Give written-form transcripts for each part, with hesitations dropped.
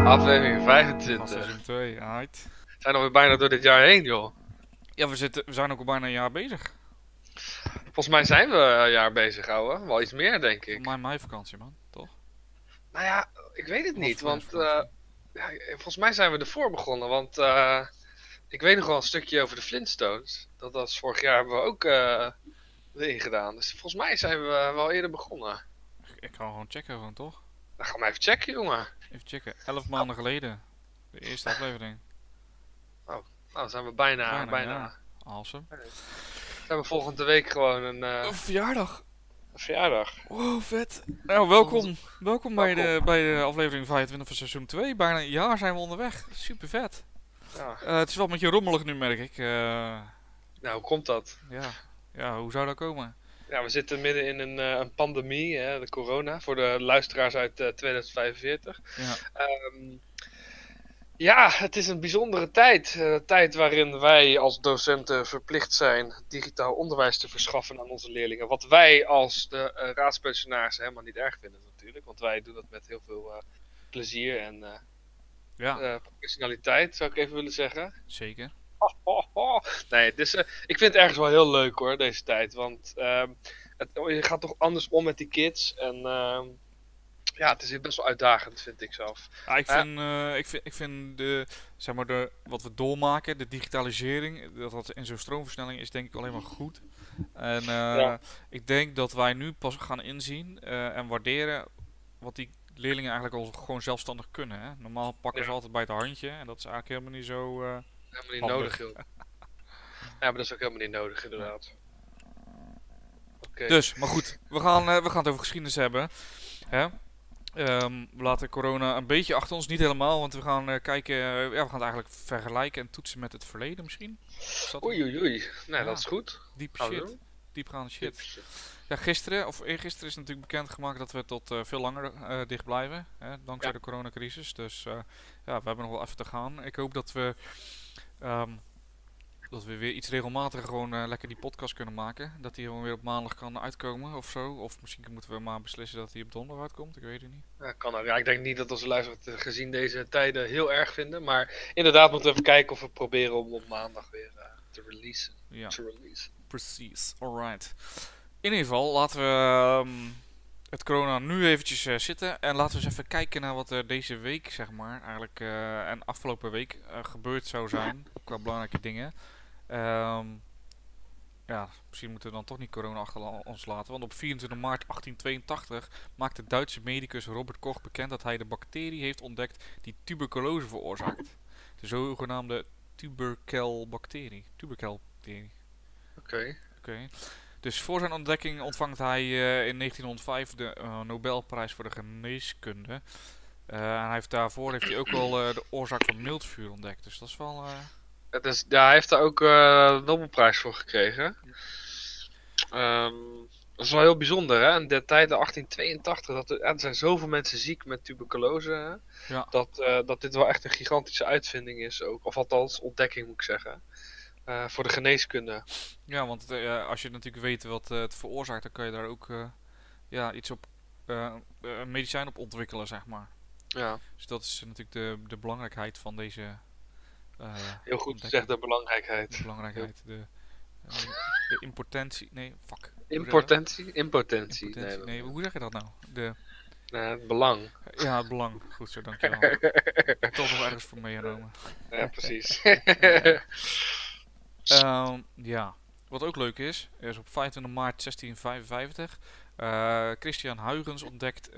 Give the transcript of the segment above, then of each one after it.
Aflevering Van 25. seizoen 2, right. We zijn alweer bijna door dit jaar heen, joh. Ja, we zijn ook al bijna een jaar bezig. Volgens mij zijn we een jaar bezig, ouwe. Wel iets meer, denk Voor ik. mij meivakantie, man. Toch? Nou ja, ik weet het Of was niet, het want voorjaarsvakantie? ja, volgens mij zijn we ervoor begonnen. Want ik weet nog wel een stukje over de Flintstones. Dat was vorig jaar hebben we ook erin gedaan. Dus volgens mij zijn we wel eerder begonnen. Ik kan gewoon checken, gewoon toch? Dan gaan we even checken, jongen. Even checken. 11 maanden geleden. De eerste aflevering. Oh, nou, dan zijn we bijna. Bijna, ja. Awesome. Zijn we volgende week gewoon een Verjaardag. verjaardag. Wow, vet. Nou, welkom. Onze- Welkom bij de aflevering 25 van seizoen 2. Bijna een jaar zijn we onderweg. Super vet. Ja. Het is wel een beetje rommelig nu, merk ik. Nou, hoe komt dat? Ja, hoe zou dat komen? Ja, we zitten midden in een pandemie, hè, de corona, voor de luisteraars uit 2045. Ja, Ja, het is een bijzondere tijd. Een tijd waarin wij als docenten verplicht zijn digitaal onderwijs te verschaffen aan onze leerlingen. Wat wij als de raadspensionarissen helemaal niet erg vinden natuurlijk. Want wij doen dat met heel veel plezier en ja, professionaliteit, zou ik even willen zeggen. zeker. Nee, dus ik vind het ergens wel heel leuk hoor, deze tijd. Want je gaat toch anders om met die kids. En ja, het is best wel uitdagend, vind ik zelf. Ja, Eh, ik vind zeg maar wat we doormaken, de digitalisering, dat in zo'n stroomversnelling is denk ik alleen maar goed. En ja, ik denk dat wij nu pas gaan inzien en waarderen wat die leerlingen eigenlijk al gewoon zelfstandig kunnen. Hè? Normaal pakken ze ja, altijd bij het handje en dat is eigenlijk helemaal niet zo helemaal niet nodig, handig. joh. Ja, maar dat is ook helemaal niet nodig, Nee. inderdaad. Oké. Dus, maar goed, we gaan het over geschiedenis hebben. Hè? We laten corona een beetje achter ons, niet helemaal, want we gaan kijken, ja, we gaan het eigenlijk vergelijken en toetsen met het verleden misschien. Is dat Oei, oei, oei. Nee, dat ja, is goed. diepe Gaan we shit. doen. Diepgaande shit. Tips. Ja, gisteren of eergisteren is natuurlijk bekendgemaakt dat we tot veel langer dicht blijven, hè, dankzij Ja, de coronacrisis. Dus ja, we hebben nog wel even te gaan. Ik hoop ehm, dat we weer iets regelmatiger gewoon lekker die podcast kunnen maken. Dat die gewoon weer op maandag kan uitkomen of zo. Of misschien moeten we maar beslissen dat die op donderdag uitkomt. Ik weet het niet. ja, kan ook. Ja, ik denk niet dat onze luisteraars het gezien deze tijden heel erg vinden. Maar inderdaad moeten we even kijken of we proberen om op maandag weer te releasen. Ja, Te releasen. precies. Alright. In ieder geval, laten we het corona nu eventjes zitten. En laten we eens even kijken naar wat er deze week, zeg maar, eigenlijk en afgelopen week gebeurd zou zijn. Qua belangrijke dingen. Ehm, ja, misschien moeten we dan toch niet corona achter ons laten. Want op 24 maart 1882 maakte de Duitse medicus Robert Koch bekend dat hij de bacterie heeft ontdekt die tuberculose veroorzaakt. De zogenaamde tuberkelbacterie. Tuberkelbacterie. Oké. Oké. Dus voor zijn ontdekking ontvangt hij in 1905 de Nobelprijs voor de geneeskunde. En daarvoor heeft hij ook al de oorzaak van miltvuur ontdekt. Dus dat is wel... Ja, hij heeft daar ook de Nobelprijs voor gekregen. Ehm, dat is wel heel bijzonder, hè? In de tijd, 1882, er zijn zoveel mensen ziek met tuberculose, hè? ja, Dat dit wel echt een gigantische uitvinding is ook. Of althans, ontdekking moet ik zeggen. Voor de geneeskunde. ja, want als je natuurlijk weet wat het veroorzaakt, dan kan je daar ook ja, iets op... een medicijn op ontwikkelen, zeg maar. Ja, Dus dat is natuurlijk de belangrijkheid van deze heel goed gezegd, ontdekking. de De belangrijkheid. Heel- belangrijkheid, eh, de impotentie... Nee, fuck. Hoe zeg je dat? Impotentie? Impotentie. Nee, Impotentie. Nee, hoe zeg je dat nou? het belang. Ja, het belang. Goed zo, dankjewel. Toch nog ergens voor meegenomen. Ja, precies. Ja, wat ook leuk is op 25 maart 1655 Christian Huygens ontdekt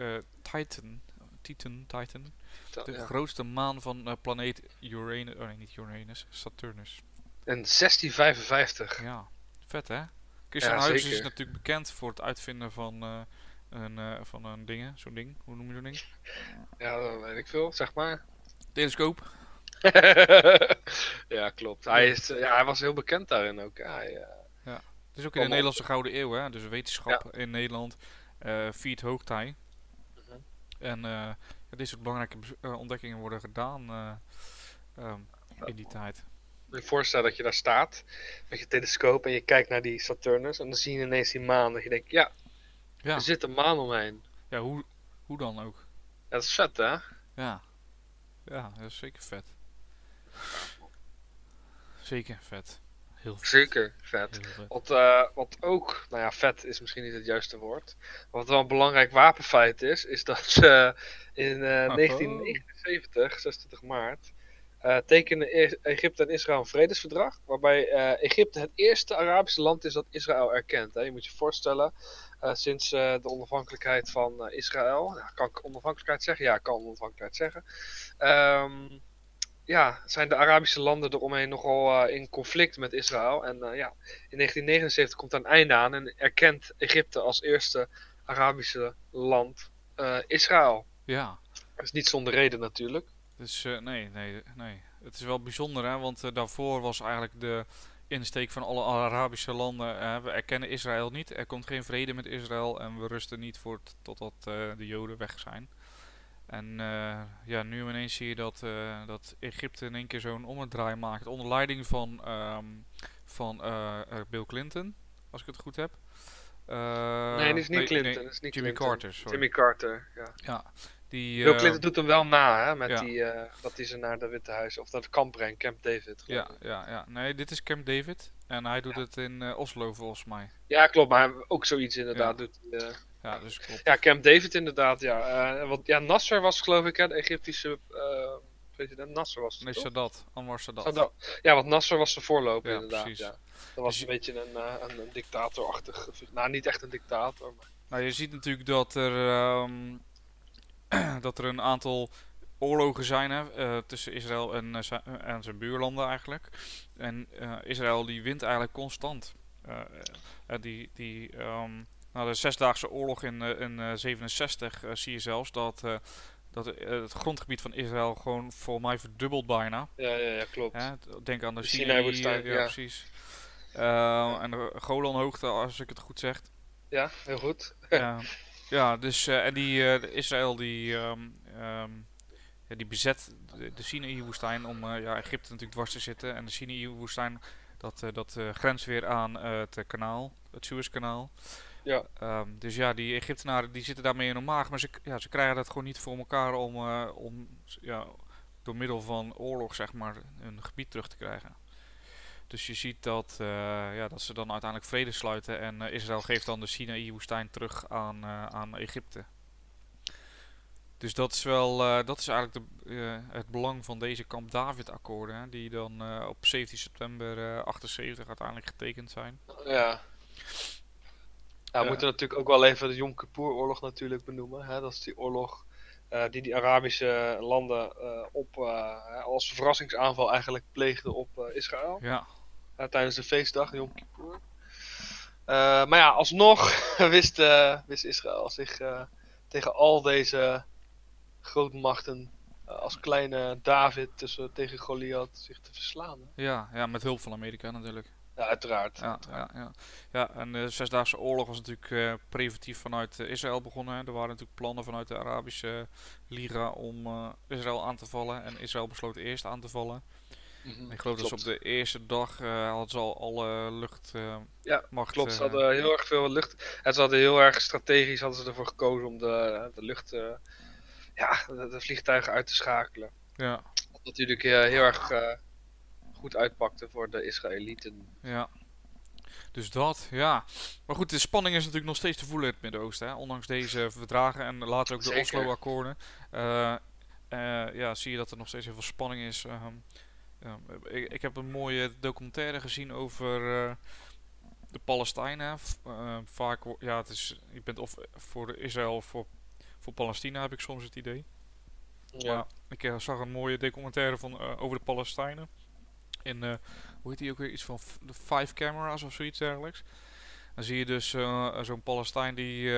Titan, de Ja. grootste maan van planeet Uranus. Oh nee, niet Uranus, Saturnus. En 1655. Ja, vet hè? Christian Ja, Huygens is zeker. natuurlijk bekend voor het uitvinden van een ding, zo'n ding. Hoe noem je zo'n ding? Ja, dat weet ik veel, zeg maar. Telescoop. Ja, klopt. Ja. Hij was heel bekend daarin ook. Ja, Ja. Het is ook in de kwam op. Nederlandse Gouden Eeuw, hè? Dus Ja. wetenschap in Nederland viert hoogtij. Mhm. En ja, dit soort belangrijke ontdekkingen worden gedaan ehm, in die tijd. Moet je voorstellen dat je daar staat met je telescoop en je kijkt naar die Saturnus en dan zie je ineens die maan. Dat je denkt, ja, er Ja, zit een maan omheen. ja hoe dan ook. Ja, dat is vet, hè? Ja, Ja, dat is zeker vet. Zeker vet. Heel vet. Zeker vet. Heel vet. Wat ook, nou ja, vet is misschien niet het juiste woord. Wat wel een belangrijk wapenfeit is dat ze in Oh. 1979, 26 maart, tekenen Egypte en Israël een vredesverdrag. Waarbij Egypte het eerste Arabische land is dat Israël erkent. Hè. Je moet je voorstellen, sinds de onafhankelijkheid van Israël. Nou, kan ik onafhankelijkheid zeggen? Ja, ik kan onafhankelijkheid zeggen. Ja, zijn de Arabische landen eromheen nogal in conflict met Israël. En ja, in 1979 komt er een einde aan en erkent Egypte als eerste Arabische land Israël. Ja. Dat is niet zonder reden natuurlijk. Dus nee. Het is wel bijzonder, hè, want daarvoor was eigenlijk de insteek van alle Arabische landen, we erkennen Israël niet, er komt geen vrede met Israël en we rusten niet voort totdat de Joden weg zijn. En ja, nu ineens zie je dat Egypte in één keer zo'n ommedraai maakt onder leiding van Bill Clinton, als ik het goed heb. Nee, dat is niet Clinton. Nee, Dat is niet Jimmy Clinton. Carter, sorry. Jimmy Carter, ja. Ja, die, Bill Clinton doet hem wel na, hè, met ja. dat hij ze naar de Witte Huis, of naar het kamp brengt, Camp David. Ja. Nee, dit is Camp David. En hij doet het in Oslo volgens mij. Ja, klopt, maar ook zoiets inderdaad doet hij. Ja, dus klopt. Ja, Camp David inderdaad, ja. Want ja, Nasser was geloof ik, hè, de Egyptische president. Nasser was het, Nee, toch? Sadat. Anwar Sadat. Sadat. Ja, want Nasser was de voorloper Ja, inderdaad. precies. Ja. Dat was Dus een beetje een dictatorachtig. Nou, niet echt een dictator, maar. Nou, je ziet natuurlijk dat er een aantal oorlogen zijn, hè, tussen Israël en zijn buurlanden eigenlijk. En Israël die wint eigenlijk constant. Na de Zesdaagse Oorlog in 67 zie je zelfs dat het grondgebied van Israël gewoon voor mij verdubbelt bijna. Ja, klopt. Hè? Denk aan de Sinai-woestijn, ja, precies. En de Golanhoogte, als ik het goed zeg. Ja, heel goed. Ja, dus en Israël die bezet de Sinaï-woestijn om Egypte natuurlijk dwars te zitten. En de Sinaï-woestijn dat grenst weer aan het kanaal, het Suezkanaal. Ja. Dus ja, die Egyptenaren die zitten daarmee in hun maag, maar ze krijgen dat gewoon niet voor elkaar om door middel van oorlog zeg maar hun gebied terug te krijgen. Dus je ziet dat ze dan uiteindelijk vrede sluiten en Israël geeft dan de Sinaï-woestijn terug aan Egypte. Dus dat is wel, dat is eigenlijk het belang van deze Camp David-akkoorden, hè, die dan op 17 september 78 uiteindelijk getekend zijn. Ja. Ja, we moeten natuurlijk ook wel even de Yom Kippur-oorlog natuurlijk benoemen. Hè? Dat is die oorlog die Arabische landen als verrassingsaanval eigenlijk pleegden op Israël. Ja. Tijdens de feestdag Yom Kippur. Maar ja, alsnog wist Israël zich tegen al deze grootmachten als kleine David tegen Goliath zich te verslaan. Hè? Ja, met hulp van Amerika natuurlijk. Ja, uiteraard. Ja, en de Zesdaagse Oorlog was natuurlijk preventief vanuit Israël begonnen. Hè. Er waren natuurlijk plannen vanuit de Arabische Liga om Israël aan te vallen. En Israël besloot eerst aan te vallen. Ik geloof dat ze op de eerste dag hadden ze al alle luchtmacht. Klopt. Ze hadden heel erg veel lucht. En ze hadden heel erg strategisch hadden ze ervoor gekozen om de lucht, de vliegtuigen uit te schakelen. Ja. Wat natuurlijk heel erg goed uitpakte voor de Israëlieten. Ja. Dus dat, ja. Maar goed, de spanning is natuurlijk nog steeds te voelen in het Midden-Oosten. Hè? Ondanks deze verdragen en later ook de Oslo-akkoorden. Zie je dat er nog steeds heel veel spanning is. Ik heb een mooie documentaire gezien over de Palestijnen. Vaak, je bent of voor Israël of voor Palestina, heb ik soms het idee. Ja. Maar ik zag een mooie documentaire over de Palestijnen. In, hoe heet die ook weer? Iets van de 5 Cameras of zoiets dergelijks. Dan zie je dus zo'n Palestijn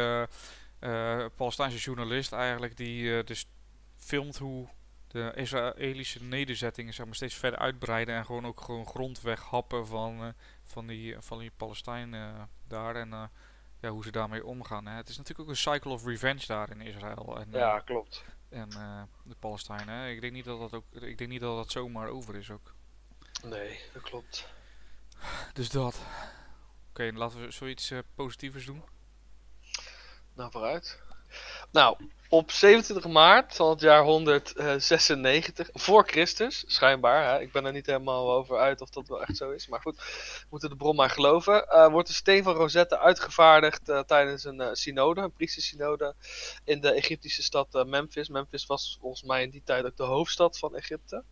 Palestijnse journalist eigenlijk, die dus filmt hoe de Israëlische nederzettingen zeg maar, steeds verder uitbreiden en gewoon ook gewoon grond weghappen van die Palestijnen daar en hoe ze daarmee omgaan. Hè. Het is natuurlijk ook een cycle of revenge daar in Israël. En, ja, klopt. En de Palestijnen. Hè. Ik denk niet dat dat zomaar over is ook. Nee, dat klopt. Dus dat. Oké, laten we zoiets positievers doen. Nou, vooruit. Nou, op 27 maart van het jaar 196 voor Christus, schijnbaar. Hè? Ik ben er niet helemaal over uit of dat wel echt zo is. Maar goed, we moeten de bron maar geloven. Wordt de steen van Rosetta uitgevaardigd tijdens een synode, een priestersynode, in de Egyptische stad Memphis. Memphis was volgens mij in die tijd ook de hoofdstad van Egypte.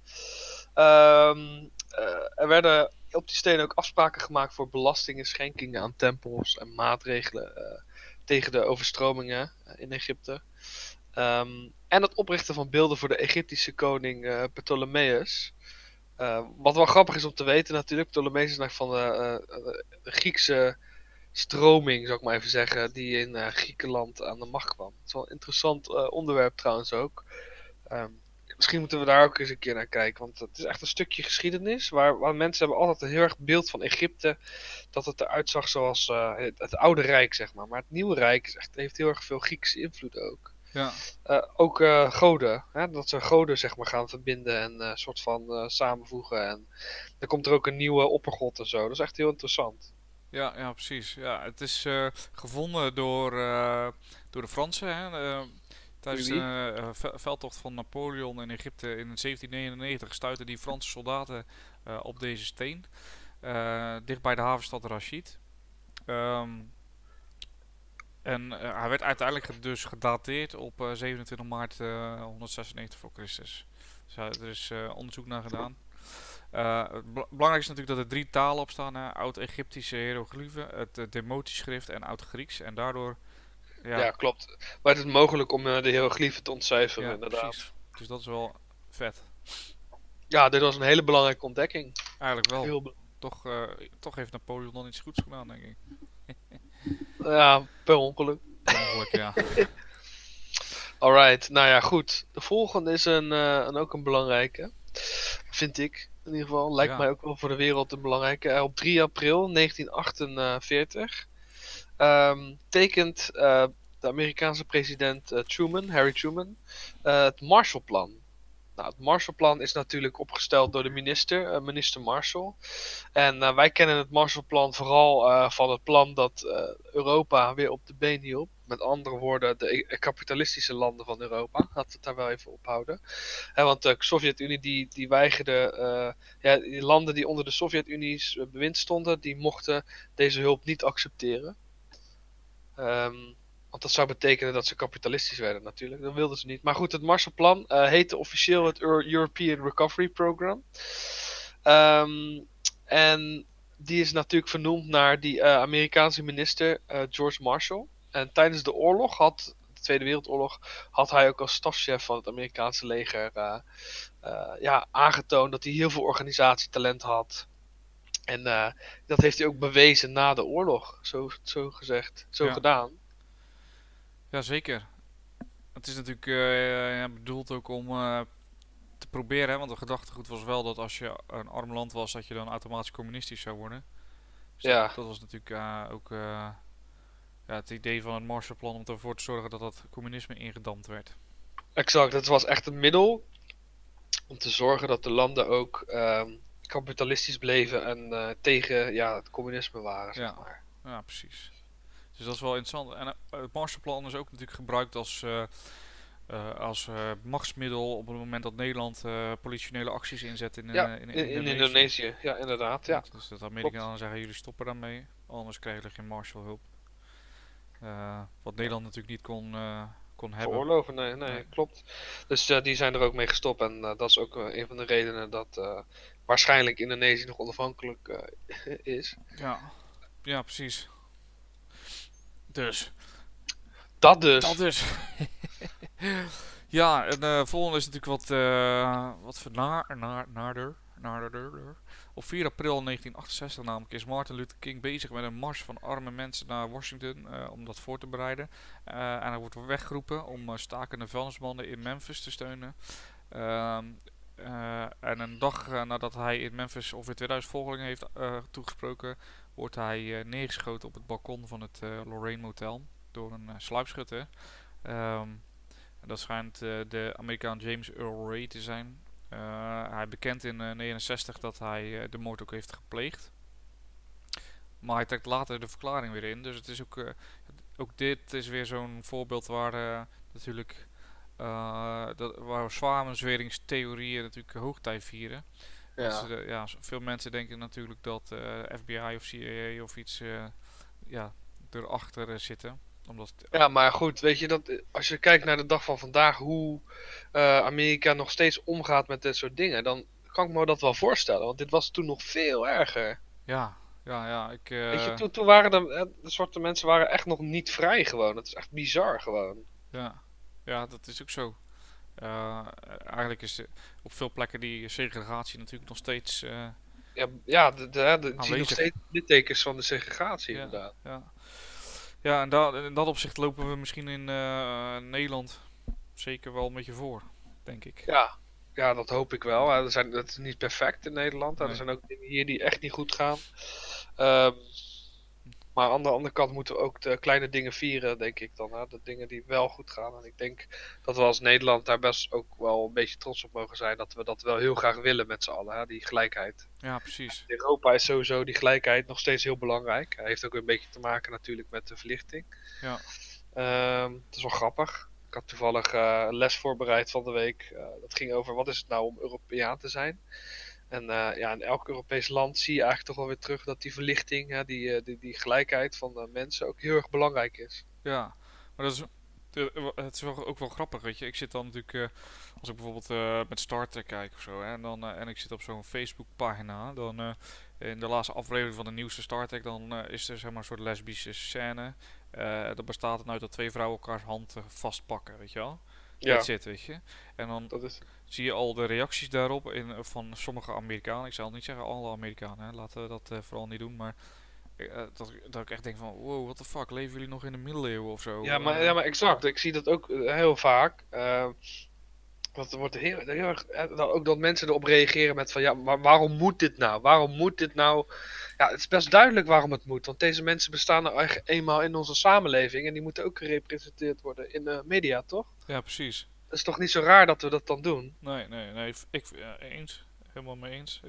Er werden op die steen ook afspraken gemaakt voor belastingen, schenkingen aan tempels en maatregelen tegen de overstromingen in Egypte. En het oprichten van beelden voor de Egyptische koning Ptolemeus. Wat wel grappig is om te weten natuurlijk. Ptolemeus is nog van de Griekse stroming, zou ik maar even zeggen, die in Griekenland aan de macht kwam. Het is wel een interessant onderwerp trouwens ook. Ehm, Misschien moeten we daar ook eens een keer naar kijken. Want het is echt een stukje geschiedenis. Waar mensen hebben altijd een heel erg beeld van Egypte. Dat het eruit zag zoals het oude rijk, zeg maar. Maar het nieuwe rijk is echt, heeft heel erg veel Griekse invloed ook. Ja, Ook goden. Hè? Dat ze goden zeg maar gaan verbinden en soort van samenvoegen. En dan komt er ook een nieuwe oppergod en zo. Dat is echt heel interessant. ja, precies. Ja, het is gevonden door de Fransen. Hè, Oui, tijdens de oui. veldtocht van Napoleon in Egypte in 1799 stuitten die Franse soldaten op deze steen. Dicht bij de havenstad Rashid. Ehm, en hij werd uiteindelijk dus gedateerd op 27 maart 196 voor Christus. Dus er is onderzoek naar gedaan. Het belangrijk is natuurlijk dat er 3 talen op staan. Oud-Egyptische hieroglyphen, het Demotisch-schrift en Oud-Grieks. En daardoor, ja, Ja, klopt. Maar het is mogelijk om de hierogliefen te ontcijferen, ja, inderdaad. precies. Dus dat is wel vet. Ja, dit was een hele belangrijke ontdekking. Eigenlijk wel. Heel Toch heeft Napoleon dan iets goeds gedaan, denk ik. Ja, per ongeluk. Per ongeluk, ja. Alright, nou ja, goed. De volgende is ook een belangrijke. Vind ik. In ieder geval, lijkt Ja, mij ook wel voor de wereld een belangrijke. Op 3 april 1948 tekent de Amerikaanse president Harry Truman, het Marshallplan. Nou, het Marshallplan is natuurlijk opgesteld door de minister Marshall. En wij kennen het Marshallplan vooral van het plan dat Europa weer op de been hielp. Met andere woorden, de kapitalistische landen van Europa. Laten we het daar wel even op houden. Want de Sovjet-Unie die weigerde, ja, die landen die onder de Sovjet-Unie's bewind stonden, die mochten deze hulp niet accepteren. Ehm, want dat zou betekenen dat ze kapitalistisch werden natuurlijk. Dat wilden ze niet. Maar goed, het Marshallplan heette officieel het European Recovery Program. Ehm, en die is natuurlijk vernoemd naar die Amerikaanse minister George Marshall. En tijdens de oorlog de Tweede Wereldoorlog, had hij ook als stafchef van het Amerikaanse leger ja, aangetoond dat hij heel veel organisatietalent had. En dat heeft hij ook bewezen na de oorlog, zo gezegd, zo ja, gedaan. ja, zeker. Het is natuurlijk ja, bedoeld ook om te proberen, hè, want de gedachtegoed was wel dat als je een arm land was, dat je dan automatisch communistisch zou worden. Dus Ja, dat was natuurlijk ook ja, het idee van het Marshallplan om ervoor te zorgen dat dat communisme ingedampt werd. exact. Het was echt een middel om te zorgen dat de landen ook kapitalistisch bleven en tegen ja, het communisme waren, zeg Ja, maar. ja, precies. Dus dat is wel interessant. En het Marshallplan is ook natuurlijk gebruikt als machtsmiddel op het moment dat Nederland politionele acties inzet Ja, in in Indonesië. Indonesië. Ja, inderdaad. Ja, Dus dat de klopt. Amerikanen zeggen jullie stoppen daarmee, anders krijgen we geen Marshallhulp. Wat Ja. Nederland natuurlijk niet kon hebben. Veroorloven, nee, Nee. nee, klopt. Dus die zijn er ook mee gestopt. En dat is ook een van de redenen dat waarschijnlijk Indonesië nog onafhankelijk is. Ja, ja, precies. Dus, Dat dat dus. dus. Ja, en volgende is natuurlijk wat naarder. Op 4 april 1968 namelijk is Martin Luther King bezig met een mars van arme mensen naar Washington om dat voor te bereiden. En hij wordt weggeroepen om stakende vuilnismannen in Memphis te steunen. Ehm, en een dag nadat hij in Memphis ongeveer 2000 volgelingen heeft toegesproken, wordt hij neergeschoten op het balkon van het Lorraine Motel door een sluipschutter. Ehm, Dat schijnt de Amerikaan James Earl Ray te zijn. Hij bekent in 69 dat hij de moord ook heeft gepleegd. Maar hij trekt later de verklaring weer in. Dus het is ook dit is weer zo'n voorbeeld waar natuurlijk waar samenzweringstheorieën natuurlijk hoogtij vieren. Dat Ja. veel mensen denken natuurlijk dat FBI of CIA of iets ja, erachter zitten. Omdat, Ja, maar goed, weet je, als je kijkt naar de dag van vandaag, hoe Amerika nog steeds omgaat met dit soort dingen, dan kan ik me dat wel voorstellen. Want dit was toen nog veel erger. ik... Weet je, toen waren de zwarte mensen waren echt nog niet vrij gewoon. Dat is echt bizar gewoon. ja, dat is ook zo. Uh, Eigenlijk is op veel plekken die segregatie natuurlijk nog steeds Ja, je ziet nog aanwezig. steeds littekens van de segregatie Ja, inderdaad. ja. Ja, en in dat opzicht lopen we misschien in Nederland zeker wel een beetje voor, denk ik. Ja, ja, dat hoop ik wel. Dat is niet perfect in Nederland. Er Nee. zijn ook dingen hier die echt niet goed gaan. Ehm, maar aan de andere kant moeten we ook de kleine dingen vieren, denk ik dan. Hè? De dingen die wel goed gaan. En ik denk dat we als Nederland daar best ook wel een beetje trots op mogen zijn. Dat we dat wel heel graag willen met z'n allen. Hè? Die gelijkheid. Ja, precies. In Europa is sowieso die gelijkheid nog steeds heel belangrijk. Hij heeft ook een beetje te maken natuurlijk met de verlichting. Ja. Het is wel grappig. Ik had toevallig een les voorbereid van de week. Dat ging over wat is het nou om Europeaan te zijn. En ja, in elk Europees land zie je eigenlijk toch wel weer terug dat die verlichting, die gelijkheid van de mensen ook heel erg belangrijk is. Ja, maar het is wel, ook wel grappig, weet je. Ik zit dan natuurlijk, als ik bijvoorbeeld met Star Trek kijk of zo, hè, en ik zit op zo'n Facebookpagina, dan in de laatste aflevering van de nieuwste Star Trek, dan is er zeg maar een soort lesbische scène. Dat bestaat eruit dat twee vrouwen elkaars hand vastpakken, weet je wel. Ja, That's it, weet je. En dan dat is. zie je al de reacties daarop van sommige Amerikanen. Ik zal niet zeggen alle Amerikanen, hè. Laten we dat vooral niet doen, maar dat ik echt denk van, wow, what the fuck, leven jullie nog in de middeleeuwen of zo? Ja, maar exact. Ik zie dat ook heel vaak. Dat er wordt heel erg, ook dat mensen erop reageren met van ja, maar waarom moet dit nou? Waarom moet dit nou? Ja, het is best duidelijk waarom het moet. Want deze mensen bestaan nou eigenlijk eenmaal in onze samenleving. En die moeten ook gerepresenteerd worden in de media, toch? Ja, precies. Het is toch niet zo raar dat we dat dan doen? Nee, eens. Helemaal mee eens.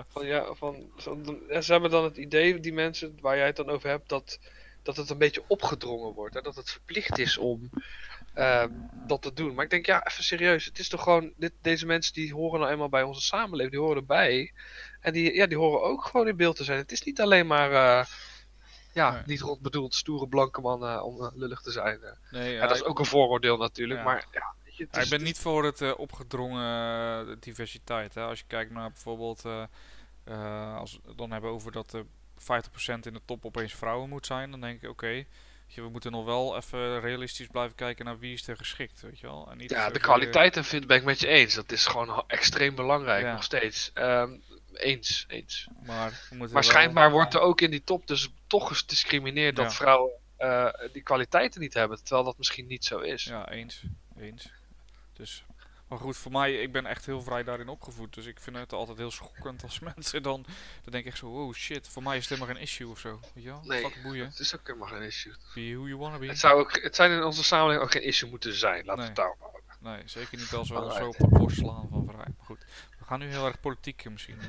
Ze hebben dan het idee, die mensen waar jij het dan over hebt, dat het een beetje opgedrongen wordt. Hè? Dat het verplicht is om dat te doen. Maar ik denk, ja, even serieus. Het is toch gewoon, deze mensen die horen nou eenmaal bij onze samenleving, die horen erbij. En die horen ook gewoon in beeld te zijn. Het is niet alleen maar, Nee. niet rot bedoeld, stoere blanke mannen om lullig te zijn. Nee, Ja, dat is ook een vooroordeel natuurlijk, ja. maar ja. Weet je, Ik ben niet voor het opgedrongen diversiteit. Hè. Als je kijkt naar bijvoorbeeld, als we het dan hebben over dat 50% in de top opeens vrouwen moet zijn, dan denk ik, oké, we moeten nog wel even realistisch blijven kijken naar wie is er geschikt, weet je wel. En niet Ja, de even, kwaliteit ben ik met je eens. Dat is gewoon extreem belangrijk, Ja. nog steeds. Eens. maar we moeten Maar wel, schijnbaar wordt er ook in die top dus toch gediscrimineerd Ja. dat vrouwen die kwaliteiten niet hebben. Terwijl dat misschien niet zo is. Ja, eens. Dus, maar goed, voor mij, ik ben echt heel vrij daarin opgevoed. Dus ik vind het altijd heel schokkend als mensen dan denk ik echt zo, oh shit, voor mij is het helemaal geen issue of zo. Weet je wel? Nee, Fuck boeien. het is ook helemaal geen issue. Be who you wanna be. Het zijn in onze samenleving ook geen issue moeten zijn. Laten we het daarop houden. Nee, zeker niet als we Alright. zo op de borst slaan van vrij. Maar goed, we gaan nu heel erg politiek misschien.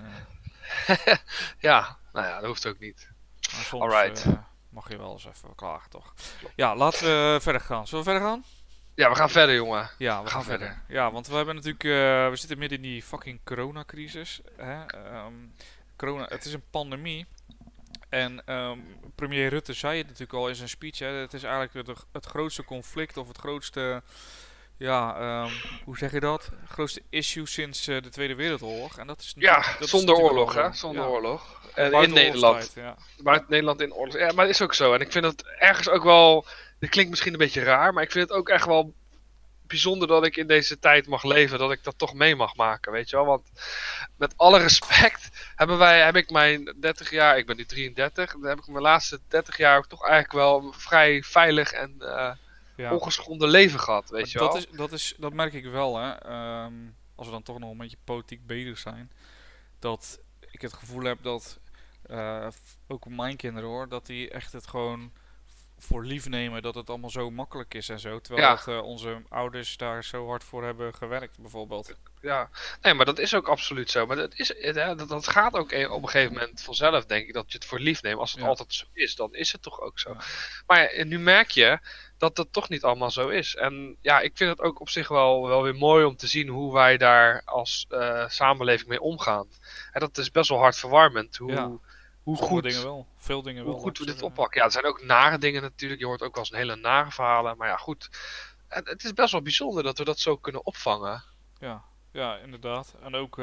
Ja, nou ja, dat hoeft ook niet. Maar soms Alright. mag je wel eens even klagen, toch? Ja, laten we verder gaan. Zullen we verder gaan? Ja, we gaan verder, jongen. Ja, we gaan verder. Ja, want we hebben natuurlijk, we zitten midden in die fucking coronacrisis. Hè? Corona, het is een pandemie. En premier Rutte zei het natuurlijk al in zijn speech. Hè, het is eigenlijk het grootste conflict of het grootste, hoe zeg je dat? Het grootste issue sinds de Tweede Wereldoorlog. En dat is Ja, dat is zonder natuurlijk oorlog, wel hè? zo. Zonder Ja. oorlog. Buiten In Nederland. oorlogstijd, ja. Buiten Nederland in oorlog. Ja, maar dat is ook zo. En ik vind het ergens ook wel. Dit klinkt misschien een beetje raar, maar ik vind het ook echt wel bijzonder dat ik in deze tijd mag leven. Dat ik dat toch mee mag maken, weet je wel. Want met alle respect heb ik mijn 30 jaar. Ik ben nu 33. Dan heb ik mijn laatste 30 jaar ook toch eigenlijk wel een vrij veilig en Ja. ongeschonden leven gehad, weet je Maar wel. dat merk ik wel, hè. Als we dan toch nog een beetje politiek bezig zijn. Dat ik het gevoel heb dat, ook mijn kinderen hoor, dat die echt het gewoon voor lief nemen dat het allemaal zo makkelijk is en zo. Terwijl Ja, dat onze ouders daar zo hard voor hebben gewerkt, bijvoorbeeld. ja. Nee, maar dat is ook absoluut zo. Maar dat gaat ook op een gegeven moment vanzelf, denk ik, dat je het voor lief neemt. Als het Ja, altijd zo is, dan is het toch ook zo. ja, Maar ja, nu merk je dat dat toch niet allemaal zo is. En ja, ik vind het ook op zich wel weer mooi om te zien hoe wij daar als samenleving mee omgaan. En dat is best wel hartverwarmend. ja. Hoe Sommige dingen goed wel. Veel dingen hoe wel, laat goed ik we dit zeggen. oppakken. Ja, er zijn ook nare dingen natuurlijk. Je hoort ook wel eens een hele nare verhalen. Maar ja, goed. Het is best wel bijzonder dat we dat zo kunnen opvangen. Ja, ja, inderdaad. En ook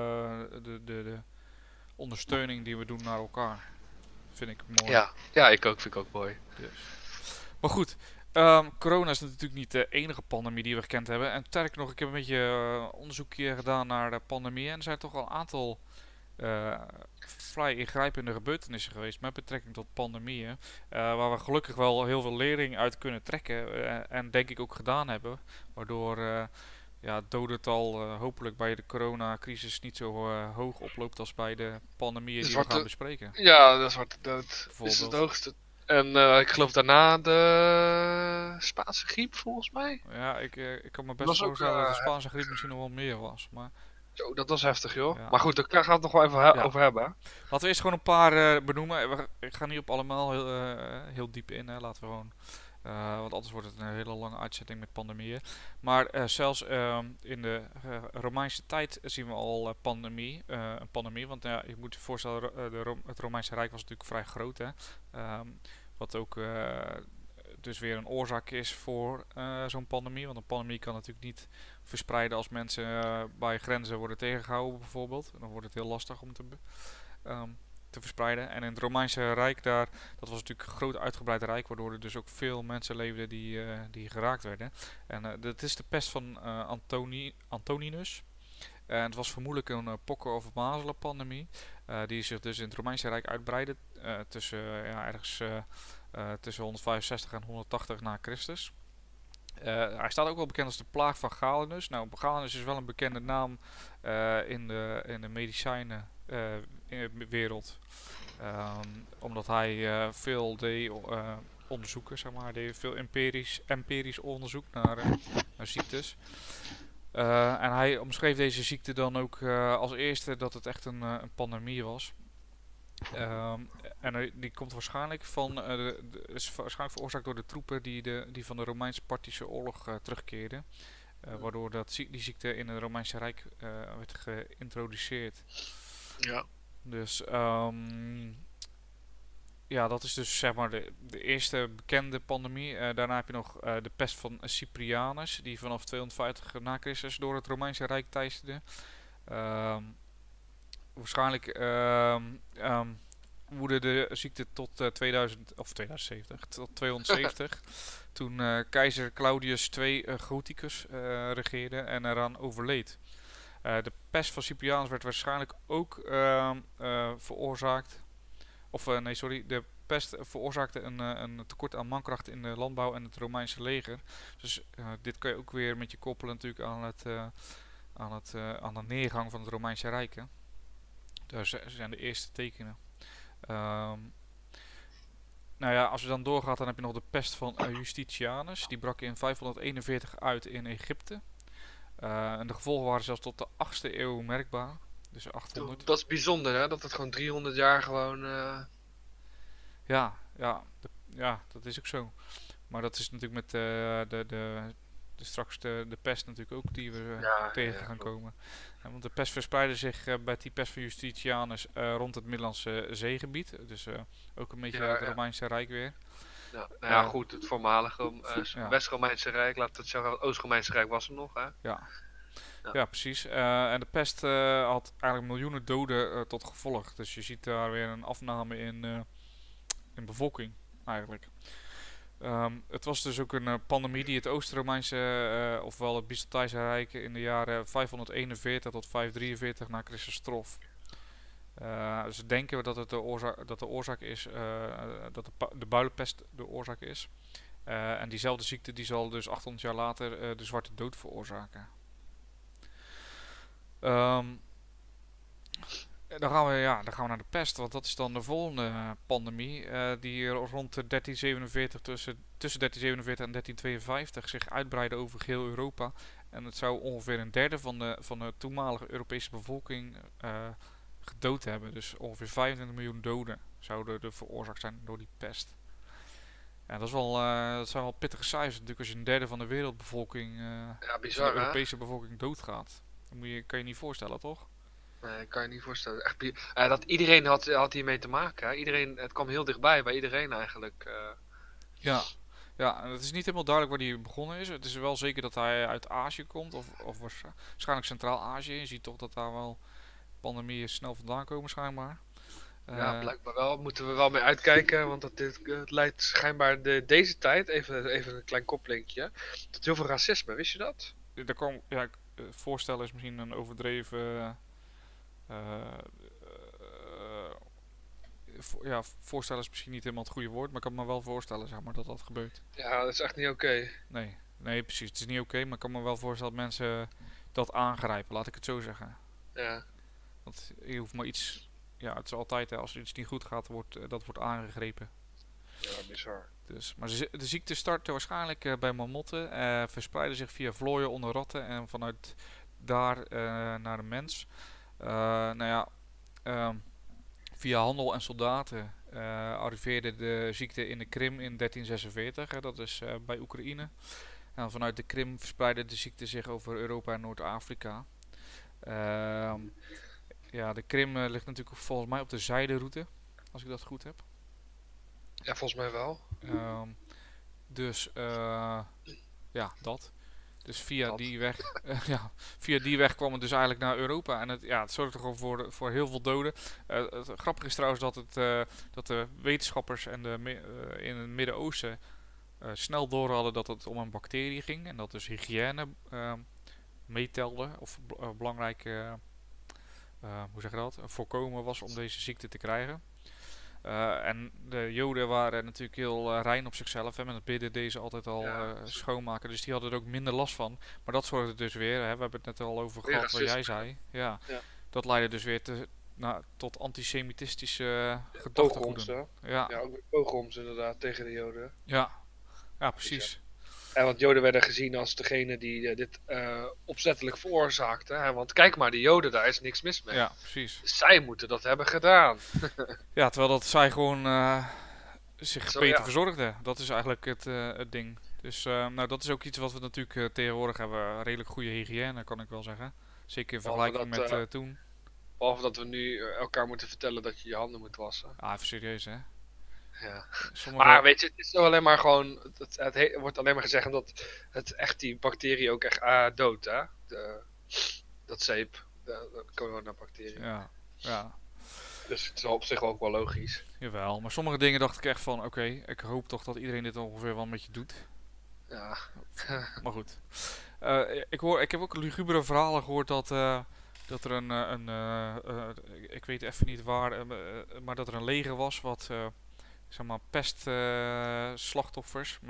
de ondersteuning die we doen naar elkaar. Vind ik mooi. Ja, ja, ik ook. Vind ik ook mooi. Dus. Maar goed, corona is natuurlijk niet de enige pandemie die we gekend hebben. En sterker nog, ik heb een beetje onderzoekje gedaan naar de pandemie. En er zijn toch wel een aantal eh, vrij ingrijpende gebeurtenissen geweest met betrekking tot pandemieën. Waar we gelukkig wel heel veel lering uit kunnen trekken. En denk ik ook gedaan hebben. Waardoor ja, het dodental hopelijk bij de coronacrisis niet zo hoog oploopt als bij de pandemieën De die we gaan zwarte, bespreken. ja, de zwarte dood is het Bijvoorbeeld. hoogste. En ik geloof daarna de Spaanse griep, volgens mij. Ja, ik kan me Dat best was ook, voorstellen dat de Spaanse griep misschien nog wel meer was. Maar zo, dat was heftig, joh. ja, Maar goed, daar gaan we het nog wel even ja. over hebben. Hè. Laten we eerst gewoon een paar benoemen. Ik ga niet op allemaal heel diep in. Hè. Laten we gewoon. Want anders wordt het een hele lange uitzending met pandemieën. Maar zelfs in de Romeinse tijd zien we al een pandemie. Want ja, je moet je voorstellen, het Romeinse Rijk was natuurlijk vrij groot. Hè. Ehm, wat ook dus weer een oorzaak is voor zo'n pandemie. Want een pandemie kan natuurlijk niet verspreiden als mensen bij grenzen worden tegengehouden bijvoorbeeld. Dan wordt het heel lastig om ehm, te verspreiden. En in het Romeinse Rijk daar, dat was natuurlijk een groot uitgebreid rijk, waardoor er dus ook veel mensen leefden die geraakt werden. En dat is de pest van Antoninus. En het was vermoedelijk een pokken- of mazelenpandemie. Die zich dus in het Romeinse Rijk uitbreidde tussen ergens tussen 165 en 180 na Christus. Hij staat ook wel bekend als de plaag van Galenus. Nou, Galenus is wel een bekende naam in de medicijnen wereld. Omdat hij veel deed onderzoeken, zeg maar. Hij deed veel empirisch onderzoek naar ziektes. En hij omschreef deze ziekte dan ook als eerste dat het echt een pandemie was. Ehm, en die komt waarschijnlijk is waarschijnlijk veroorzaakt door de troepen die van de Romeins-Parthische oorlog terugkeerden. Waardoor die ziekte in het Romeinse Rijk werd geïntroduceerd. Ja. Dus ja, dat is dus zeg maar de eerste bekende pandemie. Daarna heb je nog de pest van Cyprianus, die vanaf 250 na Christus door het Romeinse Rijk teisterde. Ehm, Waarschijnlijk woedde de ziekte tot 2000 of 2070, tot 270, toen keizer Claudius II Gothicus regeerde en eraan overleed. De pest van Cyprianus werd waarschijnlijk ook veroorzaakt. Of nee, sorry. De pest veroorzaakte een tekort aan mankracht in de landbouw en het Romeinse leger. Dus dit kan je ook weer met je koppelen natuurlijk aan de neergang van het Romeinse Rijk. Hè. Daar zijn de eerste tekenen. Ehm, nou ja, als je dan doorgaat, dan heb je nog de pest van Justitianus. Die brak in 541 uit in Egypte. En de gevolgen waren zelfs tot de 8e eeuw merkbaar. Dus 800. Dat is bijzonder, hè? Dat het gewoon 300 jaar gewoon... Ja, dat is ook zo. Maar dat is natuurlijk met straks de pest natuurlijk ook die we tegen gaan klopt. komen. Want de pest verspreidde zich bij die pest van Justitianus rond het Middellandse zeegebied. Dus ook een beetje uit het Ja. Romeinse Rijk weer. Ja, nou ja, Eh, goed, het voormalige ja, West-Romeinse Rijk, laat het zeggen, het Oost-Romeinse Rijk was er nog, hè? ja, Ja, ja, precies. En de pest had eigenlijk miljoenen doden tot gevolg. Dus je ziet daar weer een afname in bevolking eigenlijk. Het was dus ook een pandemie die het Oost-Romeinse, ofwel het Byzantijnse Rijk, in de jaren 541 tot 543 na Christus trof. Dus denken we dat het de oorzaak is, dat de builenpest de oorzaak is. En diezelfde ziekte die zal dus 800 jaar later de zwarte dood veroorzaken. Ehm, Dan gaan we naar de pest, want dat is dan de volgende pandemie die rond de 1347 tussen 1347 en 1352 zich uitbreidde over geheel Europa. En het zou ongeveer een derde van de toenmalige Europese bevolking gedood hebben. Dus ongeveer 25 miljoen doden zouden er veroorzaakt zijn door die pest. Ja, dat zijn wel pittige cijfers natuurlijk als je een derde van de wereldbevolking, Ja, van de bizar hè? Europese bevolking doodgaat. Kan je niet voorstellen, toch? Nee, kan je niet voorstellen. Echt, dat iedereen had hiermee te maken. Hè? Iedereen, het kwam heel dichtbij bij iedereen eigenlijk. Ja. Ja, en het is niet helemaal duidelijk waar hij begonnen is. Het is wel zeker dat hij uit Azië komt, of waarschijnlijk Centraal-Azië. Je ziet toch dat daar wel pandemieën snel vandaan komen, schijnbaar. Ja, Eh, blijkbaar wel. Moeten we wel mee uitkijken. Want het leidt schijnbaar deze tijd, even een klein koplinkje, tot heel veel racisme. Wist je dat? Voorstellen is misschien een overdreven. eh, eh, Voorstellen is misschien niet helemaal het goede woord, maar ik kan me wel voorstellen, zeg maar, dat dat gebeurt. Ja, dat is echt niet oké. Nee, precies. Het is niet oké, maar ik kan me wel voorstellen dat mensen dat aangrijpen, laat ik het zo zeggen. Ja. Want je hoeft maar iets. Ja, het is altijd, hè, als er iets niet goed gaat, dat wordt aangegrepen. Ja, bizar. Dus, maar de ziekte startte waarschijnlijk bij mammotten, verspreidde zich via vlooien onder ratten en vanuit daar naar de mens. Nou ja, ehm, via handel en soldaten arriveerde de ziekte in de Krim in 1346, hè, dat is bij Oekraïne. En vanuit de Krim verspreidde de ziekte zich over Europa en Noord-Afrika. Ehm, ja, de Krim ligt natuurlijk volgens mij op de zijderoute, als ik dat goed heb. Ja, volgens mij wel. Ehm, dus ja, dat. Dus Dat. via die weg kwam het dus eigenlijk naar Europa. En het zorgde gewoon voor heel veel doden. Het grappige is trouwens dat de wetenschappers in het Midden-Oosten snel door hadden dat het om een bacterie ging. En dat dus hygiëne meetelde. Of belangrijk, hoe zeg je dat? Voorkomen was om deze ziekte te krijgen. En de Joden waren natuurlijk heel rein op zichzelf. Hè, met het bidden deze altijd al Ja, schoonmaken. Dus die hadden er ook minder last van. Maar dat zorgde dus weer, hè, we hebben het net al over weer gehad wat jij racisme. zei. Ja, Ja. dat leidde dus weer tot antisemitische Pogroms, gedachtegoeden. hè? Ja, Ja, ook weer pogroms inderdaad tegen de Joden. ja, ja, Bizar. precies. En want Joden werden gezien als degene die dit opzettelijk veroorzaakte. Hè? Want kijk maar, die Joden, daar is niks mis mee. Ja, precies. Dus zij moeten dat hebben gedaan. Ja, terwijl dat zij gewoon zich Zo beter ja. verzorgden. Dat is eigenlijk het ding. Dus nou, dat is ook iets wat we natuurlijk tegenwoordig hebben. Redelijk goede hygiëne, kan ik wel zeggen. Zeker in Behalve vergelijking dat, met toen. behalve dat we nu elkaar moeten vertellen dat je je handen moet wassen. Ah, even serieus, hè. Ja. Maar Sommige... weet je, het is zo alleen maar gewoon. Het wordt alleen maar gezegd dat het echt die bacterie ook echt doodt, hè? Dat zeep. De coronabacterie. Ja, ja, Dus het is op zich ook wel logisch. jawel. Maar sommige dingen dacht ik echt van, oké, ik hoop toch dat iedereen dit ongeveer wel met je doet. Ja. Maar goed. Ik heb ook lugubere verhalen gehoord dat er ik weet even niet waar, maar dat er een leger was wat zeg maar pestslachtoffers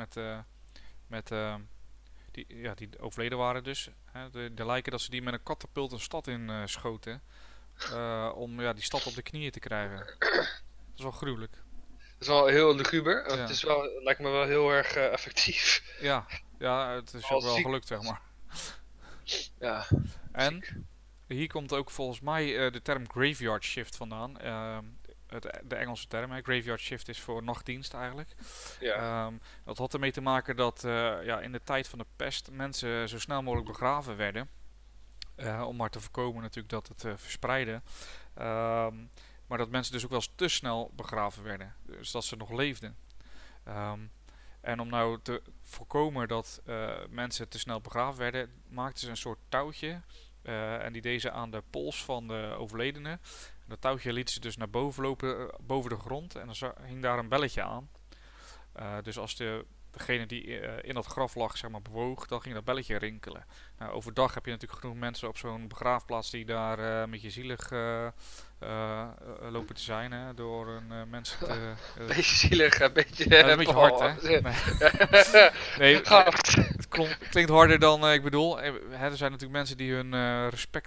die overleden waren dus. Hè, de lijken dat ze die met een katapult een stad in schoten. Om die stad op de knieën te krijgen. Dat is wel gruwelijk. Dat is wel heel luguber. Het Ja, is wel, lijkt me wel heel erg effectief. ja, ja, het is ook Als wel ziek. gelukt, zeg maar. Ja, En ziek. hier komt ook volgens mij de term graveyard shift vandaan. De Engelse term. Hè. Graveyard shift is voor nachtdienst eigenlijk. Ja. Dat had ermee te maken dat in de tijd van de pest mensen zo snel mogelijk begraven werden. Om maar te voorkomen natuurlijk dat het verspreidde. Ehm, maar dat mensen dus ook wel eens te snel begraven werden. Dus dat ze nog leefden. Ehm, en om nou te voorkomen dat mensen te snel begraven werden, maakten ze een soort touwtje. En die deden ze aan de pols van de overledene. En dat touwtje lieten ze dus naar boven lopen, boven de grond. En dan hing daar een belletje aan. Dus als degene die in dat graf lag, zeg maar, bewoog, dan ging dat belletje rinkelen. Nou, overdag heb je natuurlijk genoeg mensen op zo'n begraafplaats die daar met je zielig lopen te zijn, hè, door een mensen te... Beetje zielig, een beetje. dat is een beetje hard, hè? Nee, het klinkt harder dan ik bedoel. Er zijn natuurlijk mensen die hun respect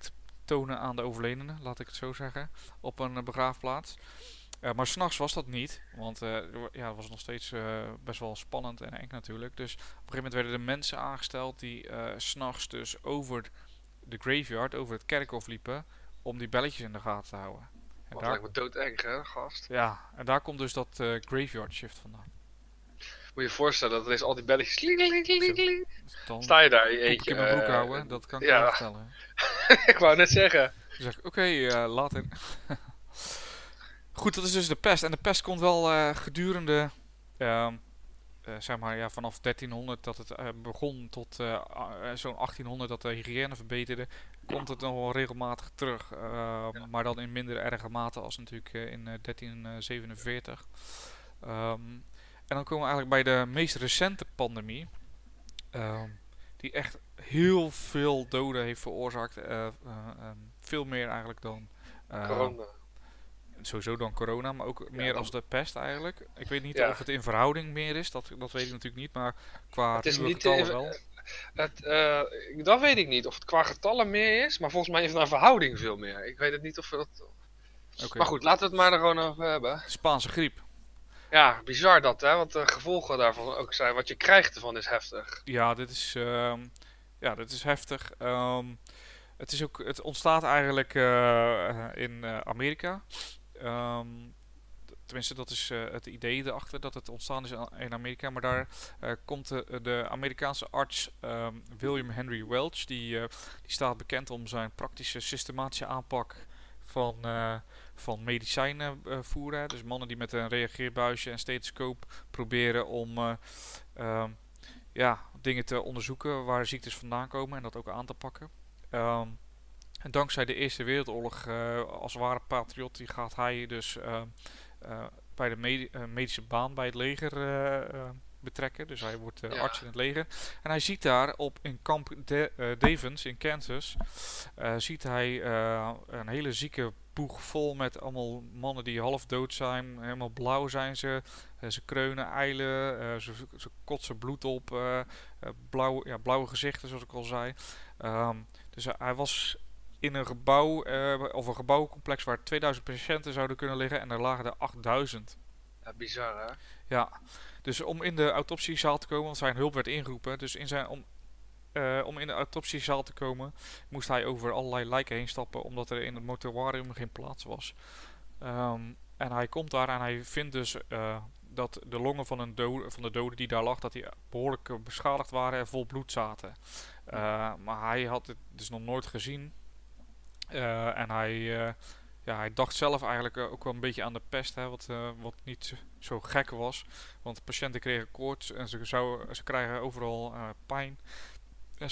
tonen aan de overledene, laat ik het zo zeggen, op een begraafplaats. Maar s'nachts was dat niet, want het was nog steeds best wel spannend en eng natuurlijk. Dus op een gegeven moment werden er mensen aangesteld die s'nachts dus over de graveyard, over het kerkhof liepen, om die belletjes in de gaten te houden. En Wat lijkt me doodeng, hè, gast. ja, en daar komt dus dat graveyard shift vandaan. Moet je je voorstellen dat er is al die belletjes. Kling, kling, kling, kling. Dus dan Sta je daar in je moet ik eentje. in mijn broek houden, dat kan ik je wel ja, vertellen. ik wou net zeggen. Dan zeg ik, oké, later. Goed, dat is dus de pest. En de pest komt wel gedurende, zeg maar, ja, vanaf 1300 dat het begon tot zo'n 1800 dat de hygiëne verbeterde, komt het nog wel regelmatig terug. Maar dan in minder erge mate als natuurlijk in 1347. En dan komen we eigenlijk bij de meest recente pandemie. Die echt heel veel doden heeft veroorzaakt. Veel meer eigenlijk dan Corona. sowieso dan corona, maar ook meer dan- als de pest eigenlijk. Ik weet niet Ja. of het in verhouding meer is, dat weet ik natuurlijk niet, maar qua Het is ruwe niet getallen wel. Dat weet ik niet. Of het qua getallen meer is. Maar volgens mij is het naar verhouding veel meer. Ik weet het niet of we dat... Oké. Maar goed, laten we het maar er gewoon over hebben. Spaanse griep. Ja, bizar dat, hè. Want de gevolgen daarvan ook zijn. Wat je krijgt ervan is heftig. Ja, dit is heftig. Het ontstaat eigenlijk in Amerika. Tenminste, dat is het idee erachter dat het ontstaan is in Amerika. Maar daar komt de Amerikaanse arts William Henry Welch. Die staat bekend om zijn praktische, systematische aanpak van medicijnen voeren. Dus mannen die met een reageerbuisje en stethoscoop proberen om dingen te onderzoeken waar ziektes vandaan komen en dat ook aan te pakken. En dankzij de Eerste Wereldoorlog, als ware patriot, die gaat hij dus bij de medische baan bij het leger betrekken. Dus hij wordt arts in het leger. En hij ziet daar in kamp Devens in Kansas, ziet hij een hele zieke boeg vol met allemaal mannen die half dood zijn. Helemaal blauw zijn ze. Ze kreunen, ijlen, ze kotsen bloed op. Blauwe gezichten, zoals ik al zei. Dus hij was in een gebouw, of een gebouwcomplex waar 2000 patiënten zouden kunnen liggen. En er lagen er 8000. Ja, bizar, hè. Ja, dus om in de autopsiezaal te komen, want zijn hulp werd ingeroepen. Dus om in de autopsiezaal te komen, moest hij over allerlei lijken heen stappen, omdat er in het mortuarium geen plaats was. En hij komt daar en hij vindt dus dat de longen van de dode die daar lag, dat die behoorlijk beschadigd waren en vol bloed zaten. Maar hij had het dus nog nooit gezien. En hij dacht zelf eigenlijk ook wel een beetje aan de pest, hè, wat niet zo gek was. Want de patiënten kregen koorts en ze krijgen overal pijn. En